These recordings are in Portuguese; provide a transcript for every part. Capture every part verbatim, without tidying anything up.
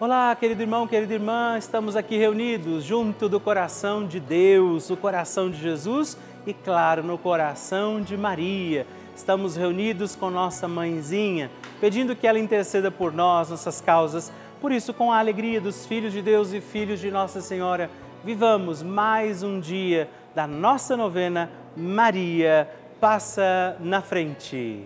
Olá, querido irmão, querida irmã, estamos aqui reunidos junto do coração de Deus, o coração de Jesus e, claro, no coração de Maria. Estamos reunidos com nossa mãezinha, pedindo que ela interceda por nós, nossas causas. Por isso, com a alegria dos filhos de Deus e filhos de Nossa Senhora, vivamos mais um dia da nossa novena Maria Passa na Frente.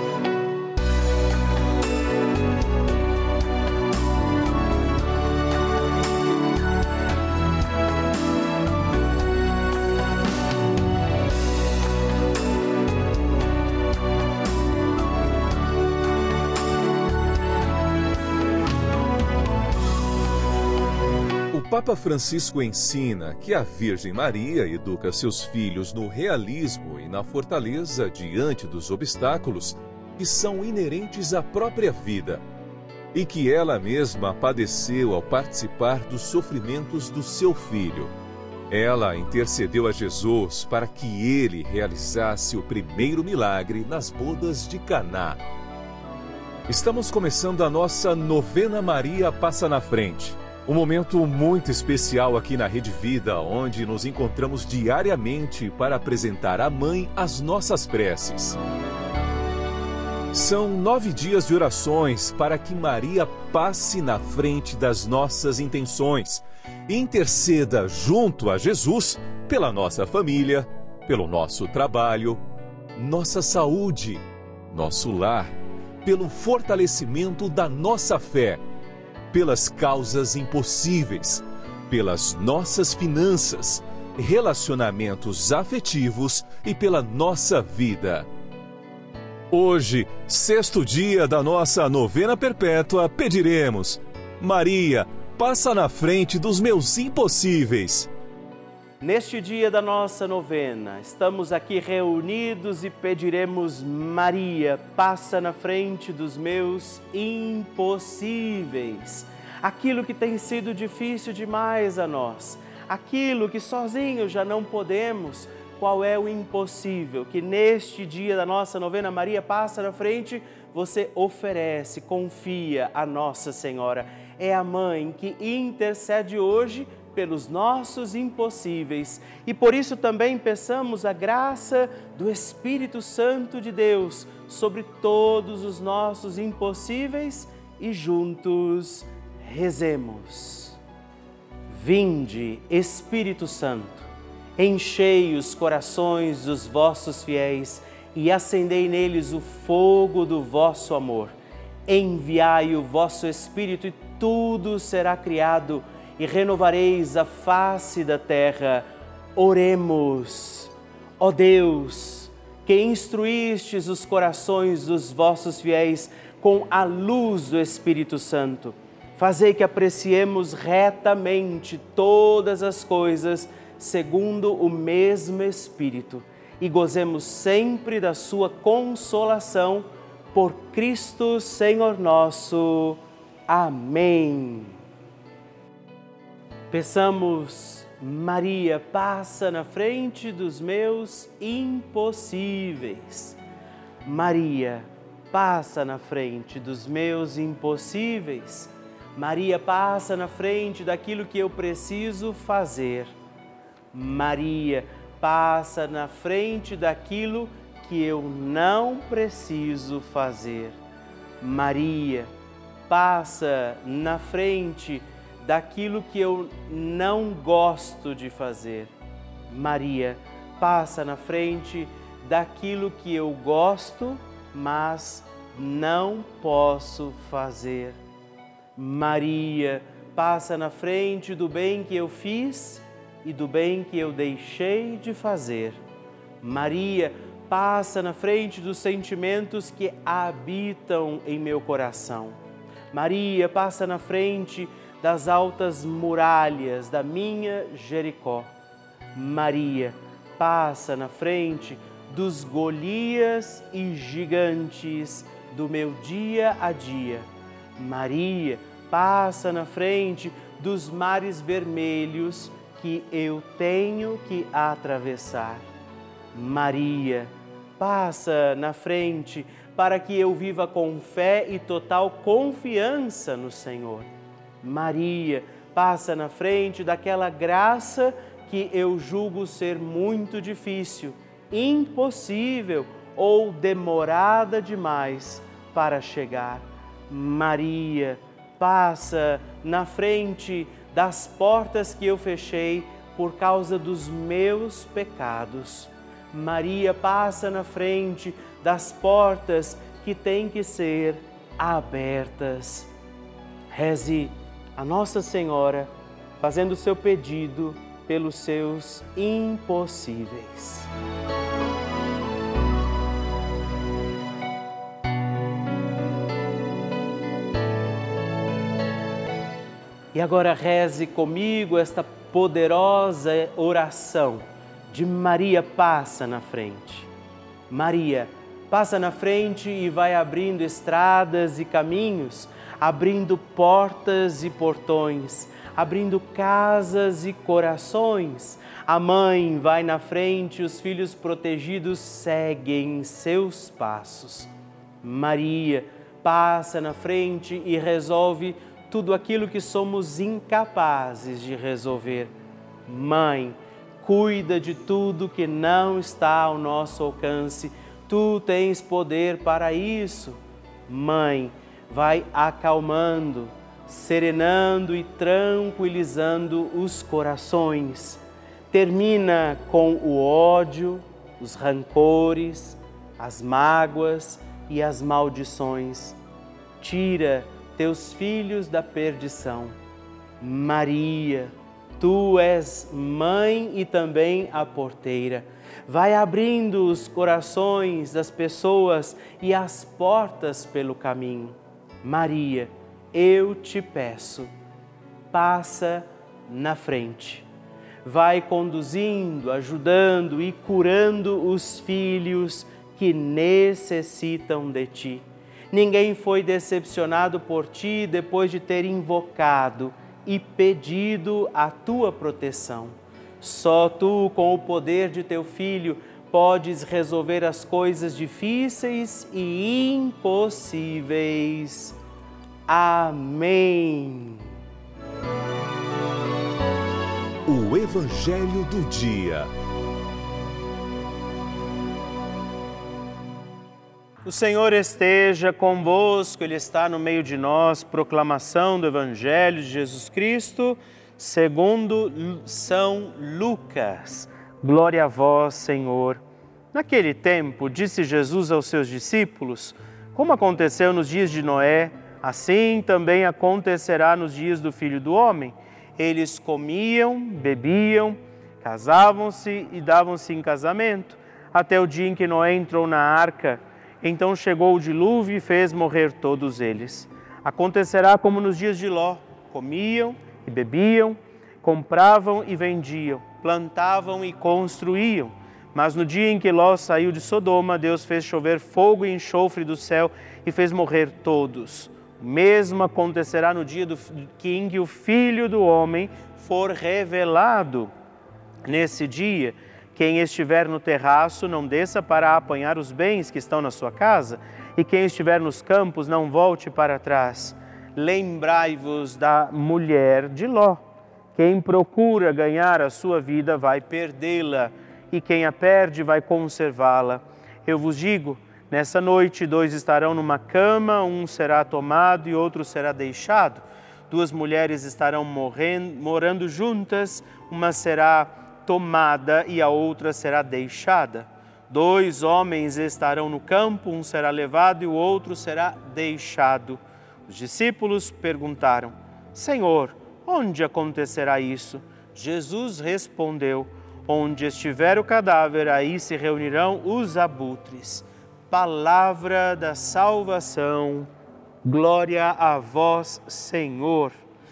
O Papa Francisco ensina que a Virgem Maria educa seus filhos no realismo e na fortaleza diante dos obstáculos que são inerentes à própria vida e que ela mesma padeceu ao participar dos sofrimentos do seu filho. Ela intercedeu a Jesus para que ele realizasse o primeiro milagre nas bodas de Caná. Estamos começando a nossa novena Maria Passa na Frente. Um momento muito especial aqui na Rede Vida, onde nos encontramos diariamente para apresentar à Mãe as nossas preces. São nove dias de orações para que Maria passe na frente das nossas intenções e interceda junto a Jesus pela nossa família, pelo nosso trabalho, nossa saúde, nosso lar, pelo fortalecimento da nossa fé, pelas causas impossíveis, pelas nossas finanças, relacionamentos afetivos e pela nossa vida. Hoje, sexto dia da nossa novena perpétua, pediremos: Maria, passa na frente dos meus impossíveis. Neste dia da nossa novena, estamos aqui reunidos e pediremos: Maria, passa na frente dos meus impossíveis. Aquilo que tem sido difícil demais a nós, aquilo que sozinhos já não podemos, qual é o impossível que neste dia da nossa novena Maria Passa na Frente, você oferece, confia a Nossa Senhora. É a Mãe que intercede hoje pelos nossos impossíveis. E por isso também peçamos a graça do Espírito Santo de Deus sobre todos os nossos impossíveis e juntos rezemos. Vinde, Espírito Santo, enchei os corações dos vossos fiéis e acendei neles o fogo do vosso amor. Enviai o vosso Espírito e tudo será criado e renovareis a face da terra. Oremos. Ó Deus, que instruístes os corações dos vossos fiéis com a luz do Espírito Santo, fazei que apreciemos retamente todas as coisas segundo o mesmo Espírito e gozemos sempre da sua consolação por Cristo Senhor nosso. Amém. Peçamos: Maria, passa na frente dos meus impossíveis. Maria, passa na frente dos meus impossíveis. Maria, passa na frente daquilo que eu preciso fazer. Maria, passa na frente daquilo que eu não preciso fazer. Maria, passa na frente daquilo que eu não gosto de fazer. Maria, passa na frente daquilo que eu gosto, mas não posso fazer. Maria, passa na frente do bem que eu fiz e do bem que eu deixei de fazer. Maria, passa na frente dos sentimentos que habitam em meu coração. Maria, passa na frente das altas muralhas da minha Jericó. Maria, passa na frente dos Golias e gigantes do meu dia a dia. Maria, passa na frente dos mares vermelhos que eu tenho que atravessar. Maria, passa na frente para que eu viva com fé e total confiança no Senhor. Maria, passa na frente daquela graça que eu julgo ser muito difícil, impossível ou demorada demais para chegar. Maria, passa na frente das portas que eu fechei por causa dos meus pecados. Maria, passa na frente das portas que têm que ser abertas. Reze a Nossa Senhora, fazendo o seu pedido pelos seus impossíveis. E agora reze comigo esta poderosa oração de Maria passa na frente. Maria passa na frente e vai abrindo estradas e caminhos, abrindo portas e portões, abrindo casas e corações. A mãe vai na frente, os filhos protegidos seguem seus passos. Maria passa na frente e resolve tudo aquilo que somos incapazes de resolver. Mãe, cuida de tudo que não está ao nosso alcance. Tu tens poder para isso. Mãe, vai acalmando, serenando e tranquilizando os corações. Termina com o ódio, os rancores, as mágoas e as maldições. Tira teus filhos da perdição. Maria, tu és mãe e também a porteira. Vai abrindo os corações das pessoas e as portas pelo caminho. Maria, eu te peço, passa na frente. Vai conduzindo, ajudando e curando os filhos que necessitam de ti. Ninguém foi decepcionado por ti depois de ter invocado e pedido a tua proteção. Só tu, com o poder de teu Filho, podes resolver as coisas difíceis e impossíveis. Amém. O Evangelho do Dia. O Senhor esteja convosco, Ele está no meio de nós. Proclamação do Evangelho de Jesus Cristo, segundo São Lucas. Glória a vós, Senhor. Naquele tempo, disse Jesus aos seus discípulos: como aconteceu nos dias de Noé, assim também acontecerá nos dias do Filho do Homem. Eles comiam, bebiam, casavam-se e davam-se em casamento, até o dia em que Noé entrou na arca. Então chegou o dilúvio e fez morrer todos eles. Acontecerá como nos dias de Ló: comiam e bebiam, compravam e vendiam, plantavam e construíam. Mas no dia em que Ló saiu de Sodoma, Deus fez chover fogo e enxofre do céu e fez morrer todos. O mesmo acontecerá no dia do, em que o Filho do Homem for revelado. Nesse dia, quem estiver no terraço, não desça para apanhar os bens que estão na sua casa, e quem estiver nos campos, não volte para trás. Lembrai-vos da mulher de Ló. Quem procura ganhar a sua vida vai perdê-la, e quem a perde vai conservá-la. Eu vos digo, nessa noite dois estarão numa cama, um será tomado e outro será deixado. Duas mulheres estarão morrendo, morando juntas, uma será tomada e a outra será deixada. Dois homens estarão no campo, um será levado e o outro será deixado. Os discípulos perguntaram: Senhor, onde acontecerá isso? Jesus respondeu: onde estiver o cadáver, aí se reunirão os abutres. Palavra da salvação. Glória a vós, Senhor.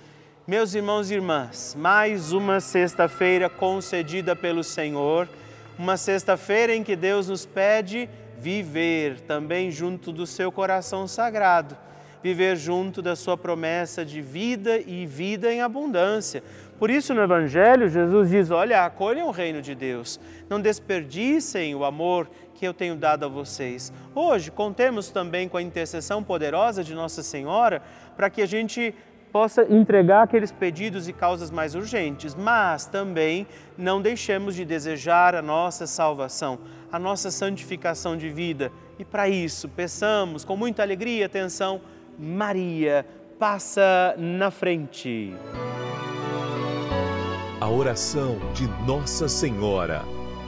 Meus irmãos e irmãs, mais uma sexta-feira concedida pelo Senhor, uma sexta-feira em que Deus nos pede viver também junto do seu coração sagrado, viver junto da sua promessa de vida e vida em abundância. Por isso no Evangelho Jesus diz: olha, acolham o reino de Deus, não desperdicem o amor que eu tenho dado a vocês. Hoje contemos também com a intercessão poderosa de Nossa Senhora para que a gente possa entregar aqueles pedidos e causas mais urgentes, mas também não deixemos de desejar a nossa salvação, a nossa santificação de vida. E para isso, peçamos com muita alegria e atenção, Maria, passa na frente. A oração de Nossa Senhora.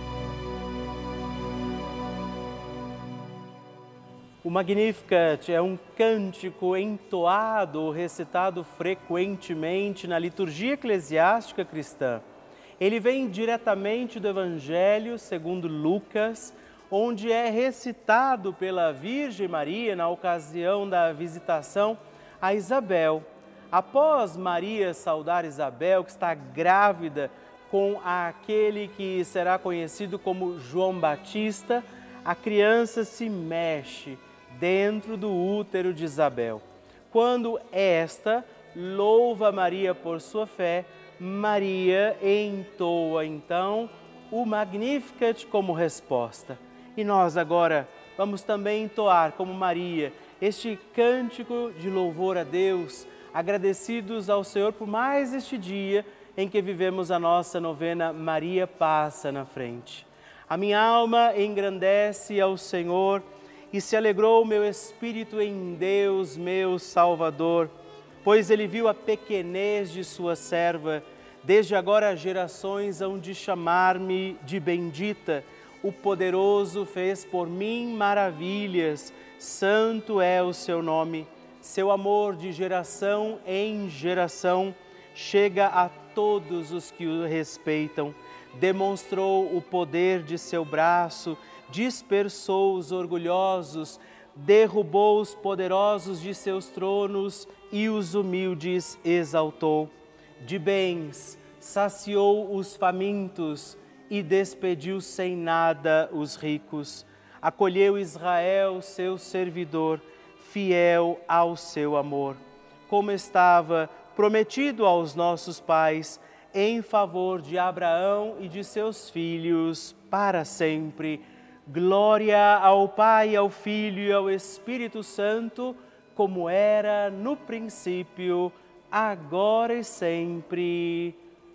O Magnificat é um cântico entoado ou recitado frequentemente na liturgia eclesiástica cristã. Ele vem diretamente do Evangelho segundo Lucas, onde é recitado pela Virgem Maria na ocasião da visitação a Isabel. Após Maria saudar Isabel, que está grávida com aquele que será conhecido como João Batista, a criança se mexe dentro do útero de Isabel. Quando esta louva Maria por sua fé, Maria entoa então o Magnificat como resposta. E nós agora vamos também entoar como Maria este cântico de louvor a Deus, agradecidos ao Senhor por mais este dia em que vivemos a nossa novena Maria Passa na Frente. A minha alma engrandece ao Senhor e se alegrou meu espírito em Deus, meu Salvador, pois Ele viu a pequenez de sua serva. Desde agora as gerações hão de chamar-me de bendita. O poderoso fez por mim maravilhas, santo é o seu nome. Seu amor de geração em geração chega a todos os que o respeitam. Demonstrou o poder de seu braço, dispersou os orgulhosos, derrubou os poderosos de seus tronos e os humildes exaltou. De bens saciou os famintos e despediu sem nada os ricos. Acolheu Israel, seu servidor, fiel ao seu amor, como estava prometido aos nossos pais, em favor de Abraão e de seus filhos para sempre. Glória ao Pai, ao Filho e ao Espírito Santo, como era no princípio, agora e sempre.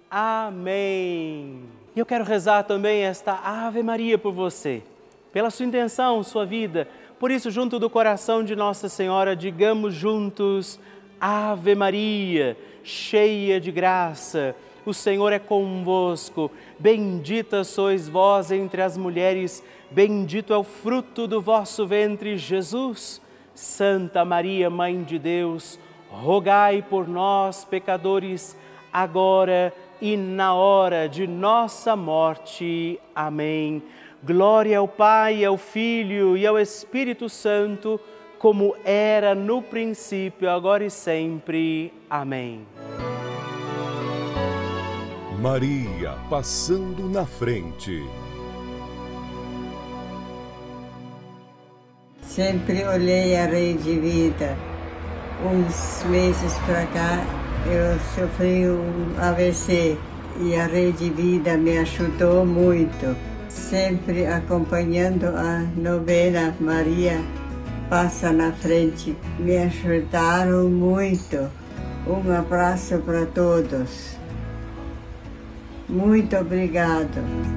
Amém. E eu quero rezar também esta Ave Maria por você, pela sua intenção, sua vida. Por isso, junto do coração de Nossa Senhora, digamos juntos: Ave Maria, cheia de graça, o Senhor é convosco. Bendita sois vós entre as mulheres, bendito é o fruto do vosso ventre, Jesus. Santa Maria, Mãe de Deus, rogai por nós, pecadores, agora e na hora de nossa morte. Amém. Glória ao Pai, ao Filho e ao Espírito Santo, como era no princípio, agora e sempre. Amém. Maria passando na frente. Sempre olhei a Rede Vida. Uns meses para cá eu sofri um A V C e a Rede Vida me ajudou muito. Sempre acompanhando a novena Maria Passa na Frente. Me ajudaram muito. Um abraço para todos. Muito obrigado.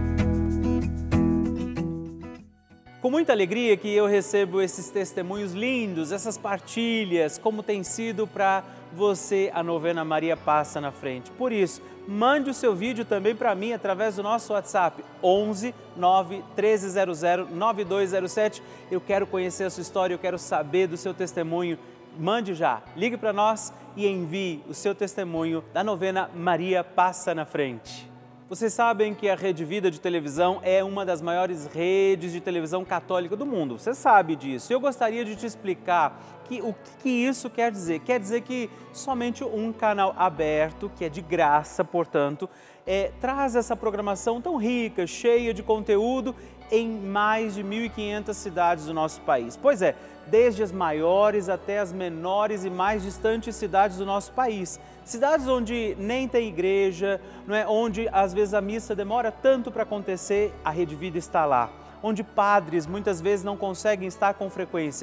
Com muita alegria que eu recebo esses testemunhos lindos, essas partilhas, como tem sido para você a novena Maria Passa na Frente. Por isso, mande o seu vídeo também para mim através do nosso WhatsApp onze nove treze zero zero nove dois zero sete. Eu quero conhecer a sua história, eu quero saber do seu testemunho. Mande já, ligue para nós e envie o seu testemunho da novena Maria Passa na Frente. Vocês sabem que a Rede Vida de televisão é uma das maiores redes de televisão católica do mundo. Você sabe disso. Eu gostaria de te explicar que, o que isso quer dizer. Quer dizer que somente um canal aberto, que é de graça, portanto, é, traz essa programação tão rica, cheia de conteúdo em mais de mil e quinhentas cidades do nosso país. Pois é, desde as maiores até as menores e mais distantes cidades do nosso país. Cidades onde nem tem igreja, não é? Onde às vezes a missa demora tanto para acontecer, a Rede Vida está lá. Onde padres muitas vezes não conseguem estar com frequência.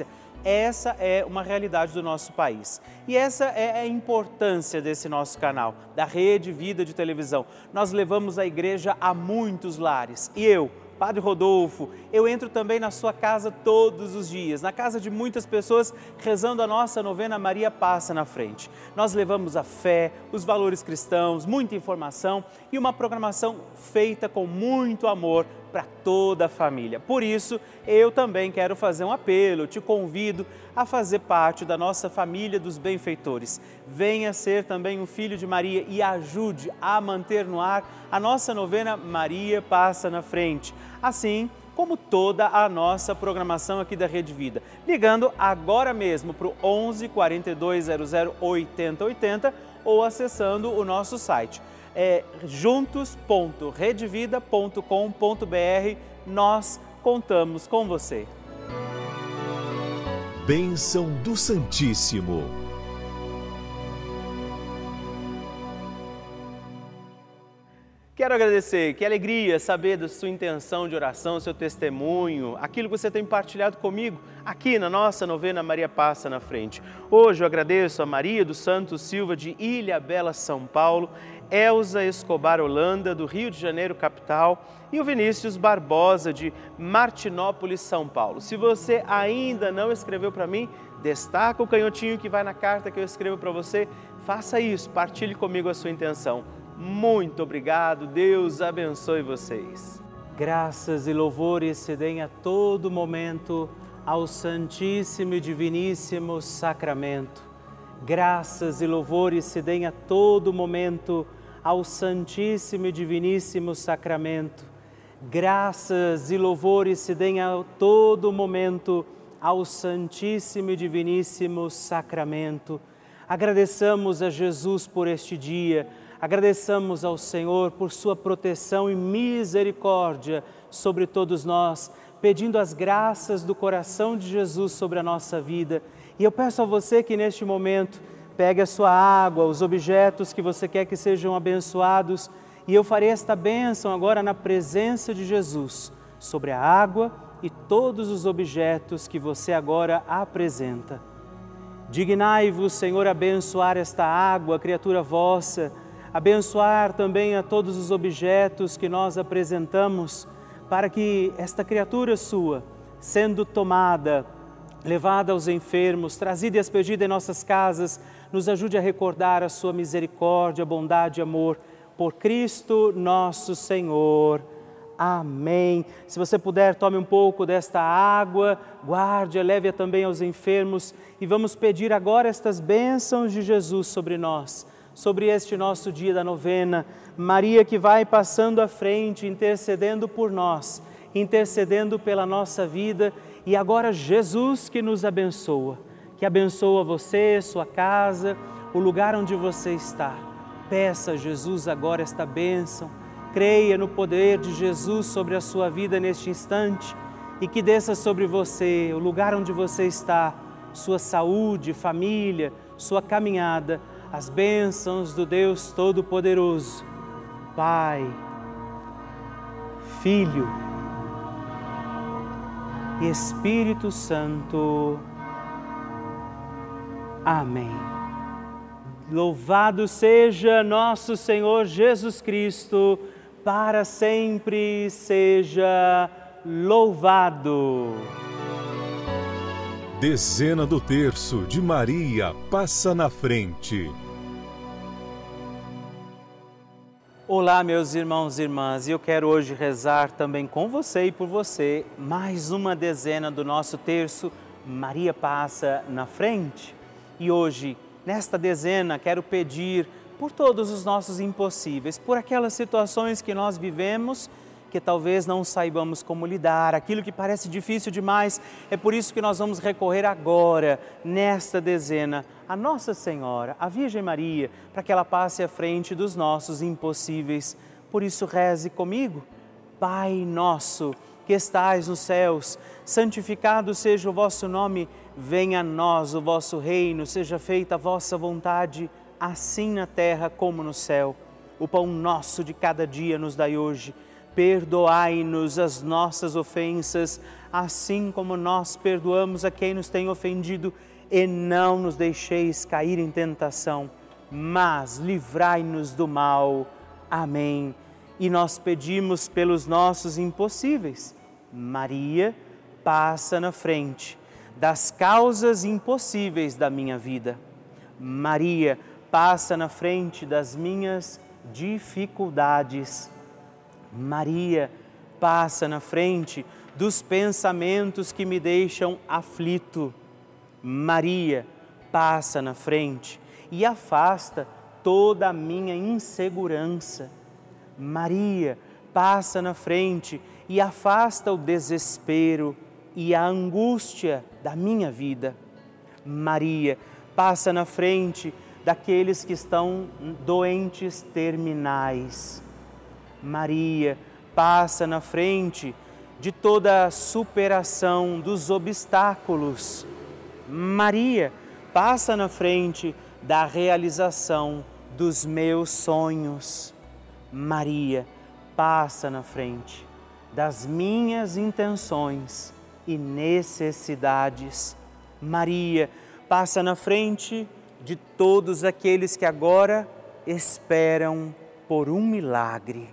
Essa é uma realidade do nosso país. E essa é a importância desse nosso canal, da Rede Vida de Televisão. Nós levamos a igreja a muitos lares. E eu, Padre Rodolfo, eu entro também na sua casa todos os dias, na casa de muitas pessoas, rezando a nossa novena Maria Passa na Frente. Nós levamos a fé, os valores cristãos, muita informação e uma programação feita com muito amor para toda a família. Por isso, eu também quero fazer um apelo, te convido a fazer parte da nossa família dos benfeitores. Venha ser também um filho de Maria e ajude a manter no ar a nossa novena Maria Passa na Frente. Assim como toda a nossa programação aqui da Rede Vida. Ligando agora mesmo para o onze, quarenta e dois, zero zero, oitenta oitenta ou acessando o nosso site. É juntos ponto redevida ponto com ponto br. Nós contamos com você. Bênção do Santíssimo. Quero agradecer, que alegria saber da sua intenção de oração, seu testemunho, aquilo que você tem partilhado comigo aqui na nossa novena Maria Passa na Frente. Hoje eu agradeço a Maria dos Santos Silva de Ilhabela, São Paulo, Elza Escobar Holanda, do Rio de Janeiro, capital, e o Vinícius Barbosa, de Martinópolis, São Paulo. Se você ainda não escreveu para mim, destaca o canhotinho que vai na carta que eu escrevo para você, faça isso, partilhe comigo a sua intenção. Muito obrigado, Deus abençoe vocês. Graças e louvores se deem a todo momento ao Santíssimo e Diviníssimo Sacramento. Graças e louvores se deem a todo momento ao Santíssimo e Diviníssimo Sacramento. Graças e louvores se deem a todo momento ao Santíssimo e Diviníssimo Sacramento. Agradeçamos a Jesus por este dia. Agradeçamos ao Senhor por sua proteção e misericórdia sobre todos nós, pedindo as graças do coração de Jesus sobre a nossa vida. E eu peço a você que neste momento pegue a sua água, os objetos que você quer que sejam abençoados, e eu farei esta bênção agora na presença de Jesus, sobre a água e todos os objetos que você agora apresenta. Dignai-vos, Senhor, abençoar esta água, criatura vossa, abençoar também a todos os objetos que nós apresentamos, para que esta criatura sua, sendo tomada, levada aos enfermos, trazida e expedida em nossas casas, nos ajude a recordar a sua misericórdia, bondade e amor, por Cristo nosso Senhor. Amém. Se você puder, tome um pouco desta água, guarde, leve-a também aos enfermos e vamos pedir agora estas bênçãos de Jesus sobre nós. Sobre este nosso dia da novena, Maria que vai passando à frente, intercedendo por nós, intercedendo pela nossa vida, e agora Jesus que nos abençoa, que abençoa você, sua casa, o lugar onde você está. Peça a Jesus agora esta bênção, creia no poder de Jesus sobre a sua vida neste instante e que desça sobre você, o lugar onde você está, sua saúde, família, sua caminhada, as bênçãos do Deus Todo-Poderoso, Pai, Filho e Espírito Santo. Amém. Louvado seja nosso Senhor Jesus Cristo, para sempre seja louvado. Dezena do Terço de Maria Passa na Frente. Olá, meus irmãos e irmãs, e eu quero hoje rezar também com você e por você mais uma dezena do nosso terço Maria Passa na Frente. E hoje, nesta dezena, quero pedir por todos os nossos impossíveis, por aquelas situações que nós vivemos que talvez não saibamos como lidar, aquilo que parece difícil demais. É por isso que nós vamos recorrer agora, nesta dezena, a Nossa Senhora, a Virgem Maria, para que ela passe à frente dos nossos impossíveis. Por isso, reze comigo. Pai nosso, que estais nos céus, santificado seja o vosso nome, venha a nós o vosso reino, seja feita a vossa vontade, assim na terra como no céu. O pão nosso de cada dia nos dai hoje. perdoai-nos as nossas ofensas, assim como nós perdoamos a quem nos tem ofendido, e não nos deixeis cair em tentação, mas livrai-nos do mal. Amém. E nós pedimos pelos nossos impossíveis. Maria, passa na frente das causas impossíveis da minha vida. Maria, passa na frente das minhas dificuldades. Maria, passa na frente dos pensamentos que me deixam aflito. Maria, passa na frente e afasta toda a minha insegurança. Maria, passa na frente e afasta o desespero e a angústia da minha vida. Maria, passa na frente daqueles que estão doentes terminais. Maria, passa na frente de toda a superação dos obstáculos. Maria, passa na frente da realização dos meus sonhos. Maria, passa na frente das minhas intenções e necessidades. Maria, passa na frente de todos aqueles que agora esperam por um milagre.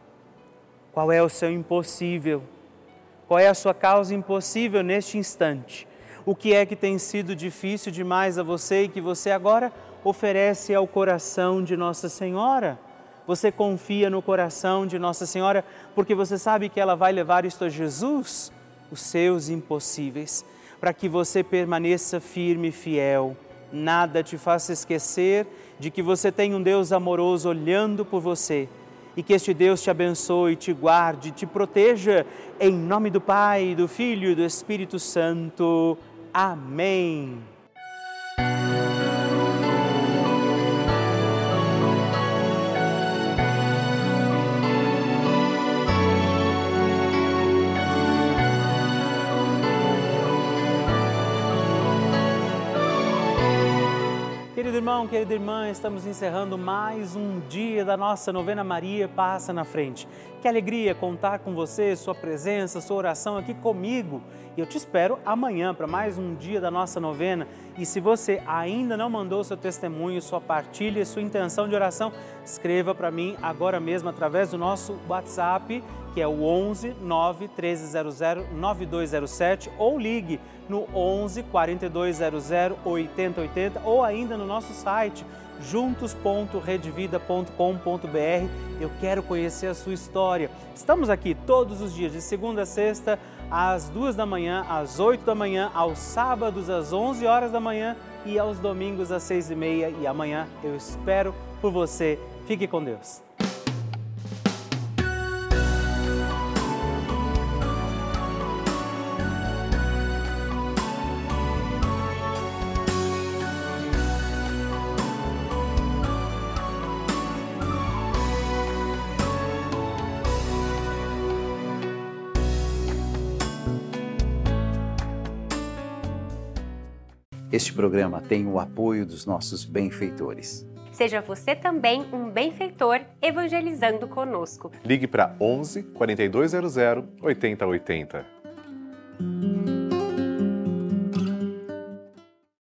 Qual é o seu impossível? Qual é a sua causa impossível neste instante? O que é que tem sido difícil demais a você e que você agora oferece ao coração de Nossa Senhora? Você confia no coração de Nossa Senhora porque você sabe que ela vai levar isto a Jesus, os seus impossíveis, para que você permaneça firme e fiel. Nada te faça esquecer de que você tem um Deus amoroso olhando por você e que este Deus te abençoe, te guarde, te proteja, em nome do Pai, do Filho e do Espírito Santo. Amém. Querido irmão, querida irmã, estamos encerrando mais um dia da nossa novena Maria Passa na Frente. Que alegria contar com você, sua presença, sua oração aqui comigo. E eu te espero amanhã para mais um dia da nossa novena. E se você ainda não mandou seu testemunho, sua partilha, sua intenção de oração, escreva para mim agora mesmo através do nosso WhatsApp, que é o onze, nove, treze zero zero, nove dois zero sete, ou ligue no onze, quarenta e dois zero zero, oitenta oitenta, ou ainda no nosso site juntos ponto redvida ponto com ponto br. Eu quero conhecer a sua história. Estamos aqui todos os dias, de segunda a sexta, às duas da manhã, às oito da manhã, aos sábados às onze horas da manhã e aos domingos às seis e meia. E amanhã eu espero por você. Fique com Deus. Este programa tem o apoio dos nossos benfeitores. Seja você também um benfeitor evangelizando conosco. Ligue para onze, quarenta e dois zero zero, oitenta oitenta.